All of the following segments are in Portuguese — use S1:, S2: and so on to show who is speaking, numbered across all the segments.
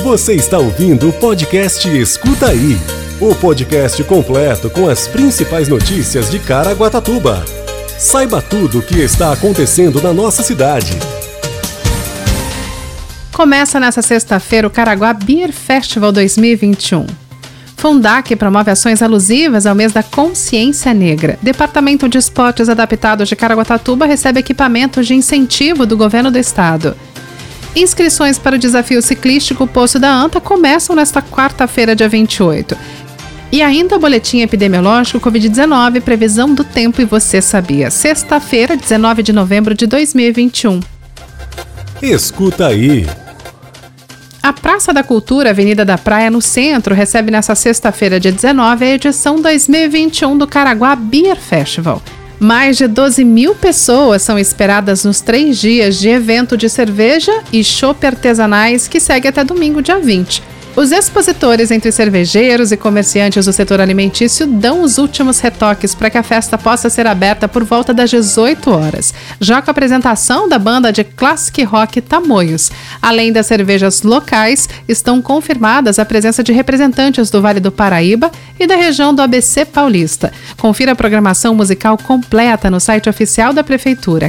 S1: Você está ouvindo o podcast Escuta Aí, o podcast completo com as principais notícias de Caraguatatuba. Saiba tudo o que está acontecendo na nossa cidade.
S2: Começa nesta sexta-feira o Caraguá Beer Festival 2021. Fundac promove ações alusivas ao mês da Consciência Negra. Departamento de Esportes Adaptados de Caraguatatuba recebe equipamentos de incentivo do governo do estado. Inscrições para o desafio ciclístico Poço da Anta começam nesta quarta-feira, dia 28. E ainda o boletim epidemiológico Covid-19, previsão do tempo e você sabia. Sexta-feira, 19 de novembro de 2021.
S1: Escuta Aí.
S2: A Praça da Cultura, Avenida da Praia, no centro, recebe nesta sexta-feira, dia 19, a edição 2021 do Caraguá Beer Festival. Mais de 12 mil pessoas são esperadas nos 3 dias de evento de cerveja e chopp artesanais que segue até domingo, dia 20. Os expositores entre cervejeiros e comerciantes do setor alimentício dão os últimos retoques para que a festa possa ser aberta por volta das 18 horas, já com a apresentação da banda de classic rock Tamoios. Além das cervejas locais, estão confirmadas a presença de representantes do Vale do Paraíba e da região do ABC Paulista. Confira a programação musical completa no site oficial da Prefeitura,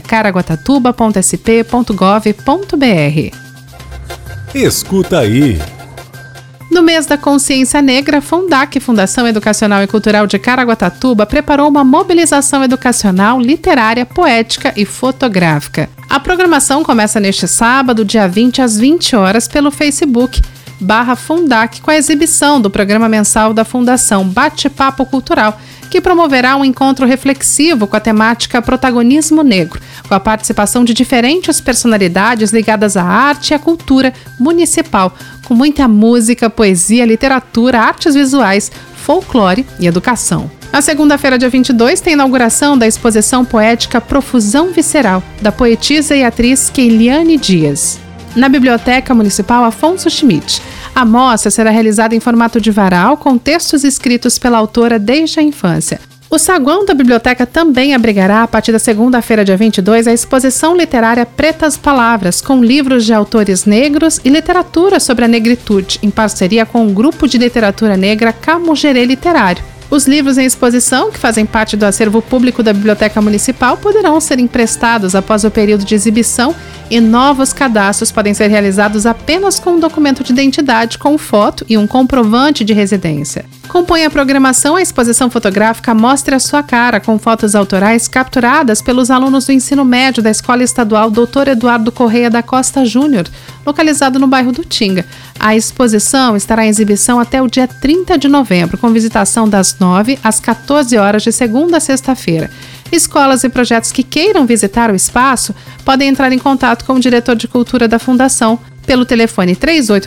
S2: caraguatatuba.sp.gov.br.
S1: Escuta Aí.
S2: No mês da Consciência Negra, a Fundac, Fundação Educacional e Cultural de Caraguatatuba, preparou uma mobilização educacional, literária, poética e fotográfica. A programação começa neste sábado, dia 20, às 20 horas, pelo Facebook /Fundac, com a exibição do programa mensal da Fundação Bate-Papo Cultural, que promoverá um encontro reflexivo com a temática Protagonismo Negro, com a participação de diferentes personalidades ligadas à arte e à cultura municipal, com muita música, poesia, literatura, artes visuais, folclore e educação. Na segunda-feira, dia 22, tem a inauguração da exposição poética Profusão Visceral, da poetisa e atriz Keiliane Dias, na Biblioteca Municipal Afonso Schmidt. A mostra será realizada em formato de varal, com textos escritos pela autora desde a infância. O saguão da biblioteca também abrigará, a partir da segunda-feira, dia 22, a exposição literária Pretas Palavras, com livros de autores negros e literatura sobre a negritude, em parceria com o grupo de literatura negra Camugerê Literário. Os livros em exposição, que fazem parte do acervo público da Biblioteca Municipal, poderão ser emprestados após o período de exibição e novos cadastros podem ser realizados apenas com um documento de identidade com foto e um comprovante de residência. Compõe a programação a exposição fotográfica Mostre a Sua Cara, com fotos autorais capturadas pelos alunos do ensino médio da Escola Estadual Dr. Eduardo Correia da Costa Júnior, localizado no bairro do Tinga. A exposição estará em exibição até o dia 30 de novembro, com visitação das 9 às 14 horas de segunda a sexta-feira. Escolas e projetos que queiram visitar o espaço podem entrar em contato com o diretor de cultura da Fundação pelo telefone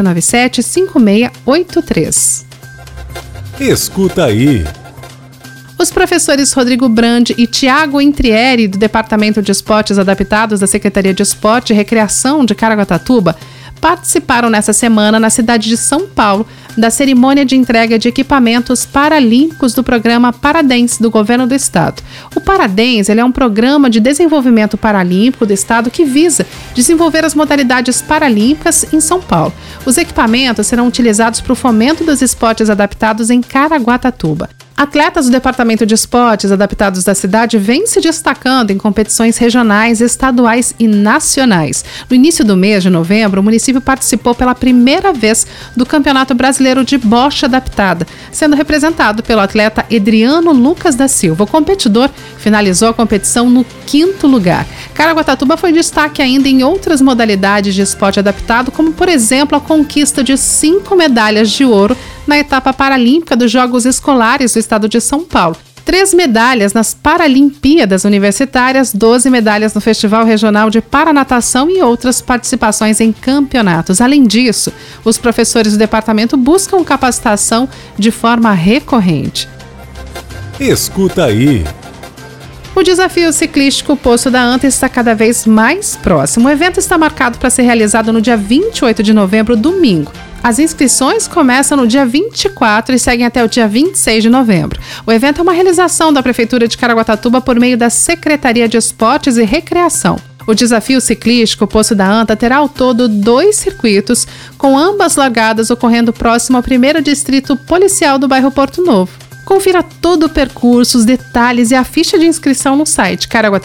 S2: 3897-5683.
S1: Escuta Aí.
S2: Os professores Rodrigo Brandi e Tiago Intrieri, do Departamento de Esportes Adaptados da Secretaria de Esporte e Recreação de Caraguatatuba, participaram nessa semana na cidade de São Paulo da cerimônia de entrega de equipamentos paralímpicos do programa Paradens do governo do estado. O Paradens é um programa de desenvolvimento paralímpico do estado que visa desenvolver as modalidades paralímpicas em São Paulo. Os equipamentos serão utilizados para o fomento dos esportes adaptados em Caraguatatuba. Atletas do Departamento de Esportes Adaptados da cidade vêm se destacando em competições regionais, estaduais e nacionais. No início do mês de novembro, o município participou pela primeira vez do Campeonato Brasileiro de Bocha Adaptada, sendo representado pelo atleta Edriano Lucas da Silva. O competidor finalizou a competição no 5º lugar. Caraguatatuba foi destaque ainda em outras modalidades de esporte adaptado, como, por exemplo, a conquista de 5 medalhas de ouro na etapa paralímpica dos Jogos Escolares do estado de São Paulo. 3 medalhas nas Paralimpíadas Universitárias, 12 medalhas no Festival Regional de Paranatação e outras participações em campeonatos. Além disso, os professores do departamento buscam capacitação de forma recorrente.
S1: Escuta Aí.
S2: O desafio ciclístico Poço da Anta está cada vez mais próximo. O evento está marcado para ser realizado no dia 28 de novembro, domingo. As inscrições começam no dia 24 e seguem até o dia 26 de novembro. O evento é uma realização da Prefeitura de Caraguatatuba por meio da Secretaria de Esportes e Recreação. O desafio ciclístico Poço da Anta terá ao todo 2 circuitos, com ambas largadas ocorrendo próximo ao 1º Distrito Policial do bairro Porto Novo. Confira todo o percurso, os detalhes e a ficha de inscrição no site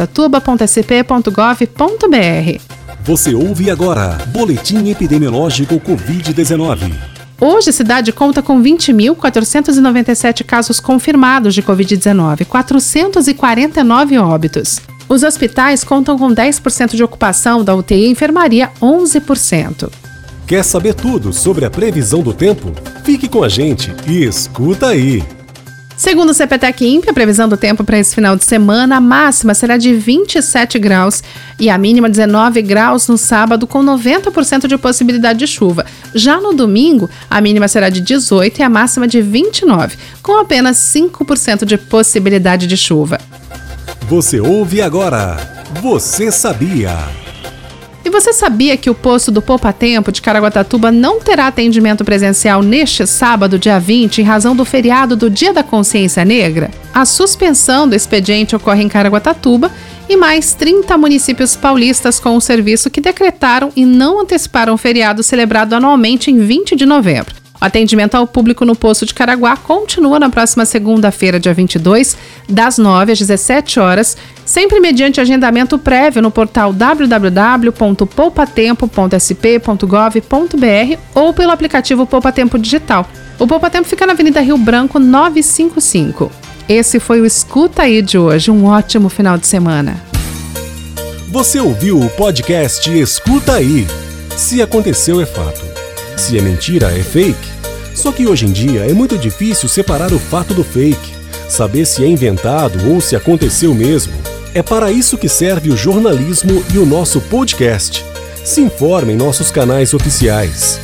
S2: caraguatatuba.sp.gov.br.
S1: Você ouve agora Boletim Epidemiológico Covid-19.
S2: Hoje a cidade conta com 20.497 casos confirmados de Covid-19, 449 óbitos. Os hospitais contam com 10% de ocupação, da UTI e enfermaria 11%.
S1: Quer saber tudo sobre a previsão do tempo? Fique com a gente e escuta aí!
S2: Segundo o CPTEC INPE, a previsão do tempo para esse final de semana, a máxima será de 27 graus e a mínima 19 graus no sábado, com 90% de possibilidade de chuva. Já no domingo, a mínima será de 18 e a máxima de 29, com apenas 5% de possibilidade de chuva.
S1: Você ouve agora. Você sabia?
S2: E você sabia que o posto do Poupa Tempo de Caraguatatuba não terá atendimento presencial neste sábado, dia 20, em razão do feriado do Dia da Consciência Negra? A suspensão do expediente ocorre em Caraguatatuba e mais 30 municípios paulistas com o serviço que decretaram e não anteciparam o feriado celebrado anualmente em 20 de novembro. O atendimento ao público no posto de Caraguá continua na próxima segunda-feira, dia 22, das 9 às 17 horas, sempre mediante agendamento prévio no portal www.poupatempo.sp.gov.br ou pelo aplicativo Poupa Tempo Digital. O Poupa Tempo fica na Avenida Rio Branco 955. Esse foi o Escuta Aí de hoje. Um ótimo final de semana.
S1: Você ouviu o podcast Escuta Aí. Se aconteceu, é fato. Se é mentira, é fake. Só que hoje em dia é muito difícil separar o fato do fake, saber se é inventado ou se aconteceu mesmo. É para isso que serve o jornalismo e o nosso podcast. Se informe em nossos canais oficiais.